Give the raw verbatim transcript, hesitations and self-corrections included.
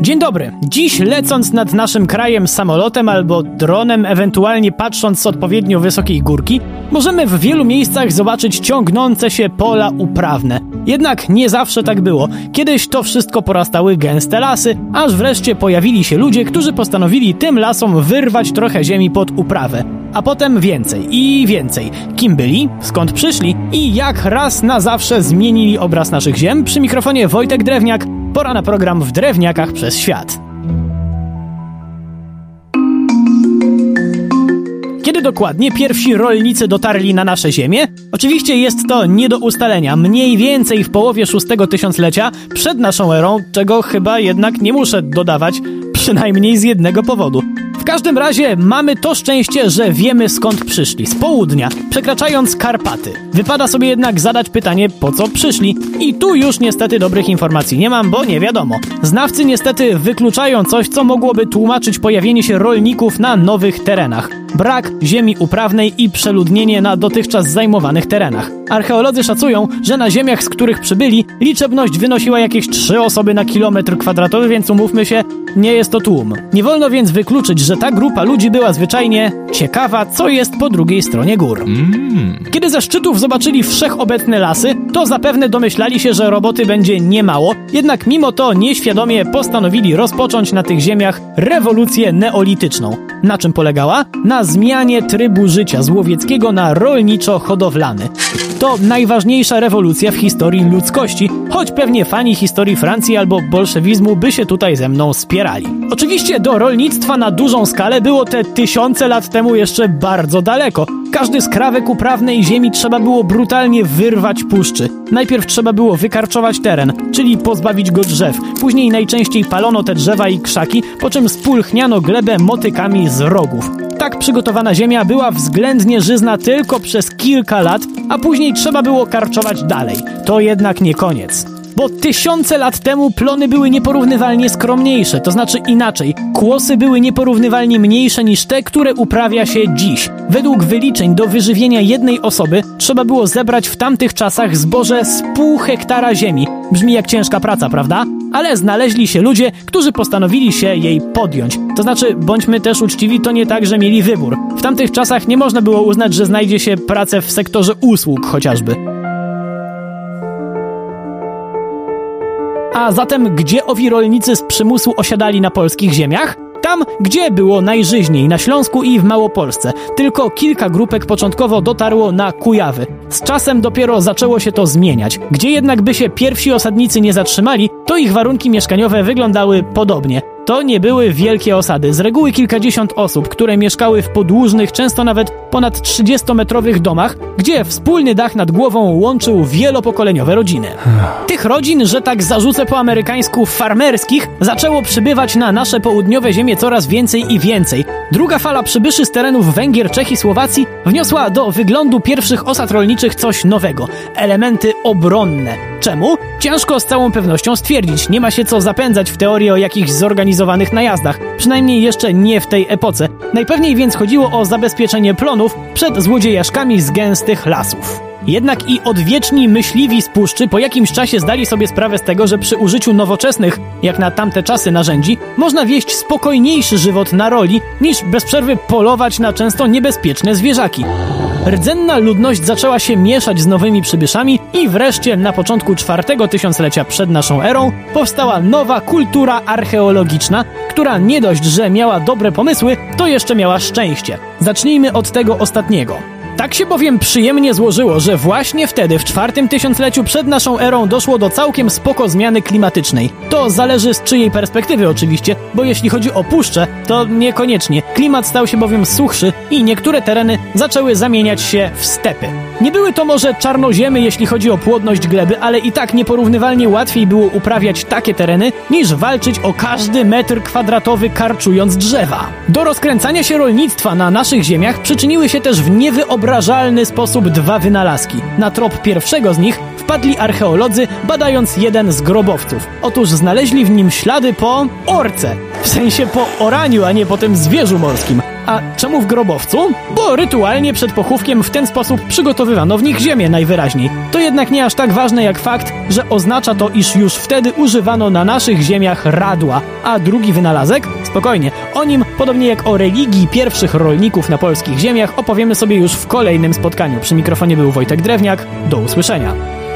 Dzień dobry. Dziś lecąc nad naszym krajem samolotem albo dronem, ewentualnie patrząc z odpowiednio wysokiej górki, możemy w wielu miejscach zobaczyć ciągnące się pola uprawne. Jednak nie zawsze tak było. Kiedyś to wszystko porastały gęste lasy, aż wreszcie pojawili się ludzie, którzy postanowili tym lasom wyrwać trochę ziemi pod uprawę. A potem więcej i więcej. Kim byli, skąd przyszli i jak raz na zawsze zmienili obraz naszych ziem? Przy mikrofonie Wojtek Drewniak. Pora na program W Drewniakach przez świat. Kiedy dokładnie pierwsi rolnicy dotarli na nasze ziemię? Oczywiście jest to nie do ustalenia. Mniej więcej w połowie szóstego tysiąclecia przed naszą erą, czego chyba jednak nie muszę dodawać, przynajmniej z jednego powodu. W każdym razie mamy to szczęście, że wiemy skąd przyszli. Z południa, przekraczając Karpaty. Wypada sobie jednak zadać pytanie, po co przyszli. I tu już niestety dobrych informacji nie mam, bo nie wiadomo. Znawcy niestety wykluczają coś, co mogłoby tłumaczyć pojawienie się rolników na nowych terenach. Brak ziemi uprawnej i przeludnienie na dotychczas zajmowanych terenach. Archeolodzy szacują, że na ziemiach, z których przybyli, liczebność wynosiła jakieś trzy osoby na kilometr kwadratowy, więc umówmy się, nie jest to tłum. Nie wolno więc wykluczyć, że ta grupa ludzi była zwyczajnie ciekawa, co jest po drugiej stronie gór. Mm. Kiedy ze szczytów zobaczyli wszechobecne lasy, to zapewne domyślali się, że roboty będzie niemało, jednak mimo to nieświadomie postanowili rozpocząć na tych ziemiach rewolucję neolityczną. Na czym polegała? Na zmianie trybu życia z łowieckiego na rolniczo-hodowlany. To najważniejsza rewolucja w historii ludzkości, choć pewnie fani historii Francji albo bolszewizmu by się tutaj ze mną spierali. Oczywiście do rolnictwa na dużą skalę było te tysiące lat temu jeszcze bardzo daleko. Każdy skrawek uprawnej ziemi trzeba było brutalnie wyrwać puszczy. Najpierw trzeba było wykarczować teren, czyli pozbawić go drzew. Później najczęściej palono te drzewa i krzaki, po czym spulchniano glebę motykami z rogów. Tak przygotowana ziemia była względnie żyzna tylko przez kilka lat, a później trzeba było karczować dalej. To jednak nie koniec. Bo tysiące lat temu plony były nieporównywalnie skromniejsze, to znaczy inaczej. Kłosy były nieporównywalnie mniejsze niż te, które uprawia się dziś. Według wyliczeń do wyżywienia jednej osoby trzeba było zebrać w tamtych czasach zboże z pół hektara ziemi. Brzmi jak ciężka praca, prawda? Ale znaleźli się ludzie, którzy postanowili się jej podjąć. To znaczy, bądźmy też uczciwi, to nie tak, że mieli wybór. W tamtych czasach nie można było uznać, że znajdzie się pracę w sektorze usług chociażby. A zatem gdzie owi rolnicy z przymusu osiadali na polskich ziemiach? Tam, gdzie było najżyźniej, na Śląsku i w Małopolsce. Tylko kilka grupek początkowo dotarło na Kujawy. Z czasem dopiero zaczęło się to zmieniać. Gdzie jednak by się pierwsi osadnicy nie zatrzymali, to ich warunki mieszkaniowe wyglądały podobnie. To nie były wielkie osady, z reguły kilkadziesiąt osób, które mieszkały w podłużnych, często nawet ponad trzydziestometrowych domach, gdzie wspólny dach nad głową łączył wielopokoleniowe rodziny. Tych rodzin, że tak zarzucę po amerykańsku farmerskich, zaczęło przybywać na nasze południowe ziemie coraz więcej i więcej. Druga fala przybyszy z terenów Węgier, Czech i Słowacji wniosła do wyglądu pierwszych osad rolniczych coś nowego. Elementy obronne. Czemu? Ciężko z całą pewnością stwierdzić. Nie ma się co zapędzać w teorii o jakichś zorganizowanych najazdach. Przynajmniej jeszcze nie w tej epoce. Najpewniej więc chodziło o zabezpieczenie plonów przed złodziejaszkami z gęstych lasów. Jednak i odwieczni myśliwi z puszczy po jakimś czasie zdali sobie sprawę z tego, że przy użyciu nowoczesnych, jak na tamte czasy narzędzi, można wieść spokojniejszy żywot na roli, niż bez przerwy polować na często niebezpieczne zwierzaki. Rdzenna ludność zaczęła się mieszać z nowymi przybyszami i wreszcie na początku czwartego tysiąclecia przed naszą erą powstała nowa kultura archeologiczna, która nie dość, że miała dobre pomysły, to jeszcze miała szczęście. Zacznijmy od tego ostatniego. Tak się bowiem przyjemnie złożyło, że właśnie wtedy, w czwartym tysiącleciu przed naszą erą, doszło do całkiem spoko zmiany klimatycznej. To zależy z czyjej perspektywy oczywiście, bo jeśli chodzi o puszczę, to niekoniecznie. Klimat stał się bowiem suchszy i niektóre tereny zaczęły zamieniać się w stepy. Nie były to może czarnoziemy, jeśli chodzi o płodność gleby, ale i tak nieporównywalnie łatwiej było uprawiać takie tereny, niż walczyć o każdy metr kwadratowy karczując drzewa. Do rozkręcania się rolnictwa na naszych ziemiach przyczyniły się też w niewyobrażalny sposób dwa wynalazki. Na trop pierwszego z nich wpadli archeolodzy, badając jeden z grobowców. Otóż znaleźli w nim ślady po orce. W sensie po oraniu, a nie po tym zwierzu morskim. A czemu w grobowcu? Bo rytualnie przed pochówkiem w ten sposób przygotowywano w nich ziemię najwyraźniej. To jednak nie aż tak ważne jak fakt, że oznacza to, iż już wtedy używano na naszych ziemiach radła. A drugi wynalazek? Spokojnie. O nim, podobnie jak o religii pierwszych rolników na polskich ziemiach, opowiemy sobie już w kolejnym spotkaniu. Przy mikrofonie był Wojtek Drewniak. Do usłyszenia.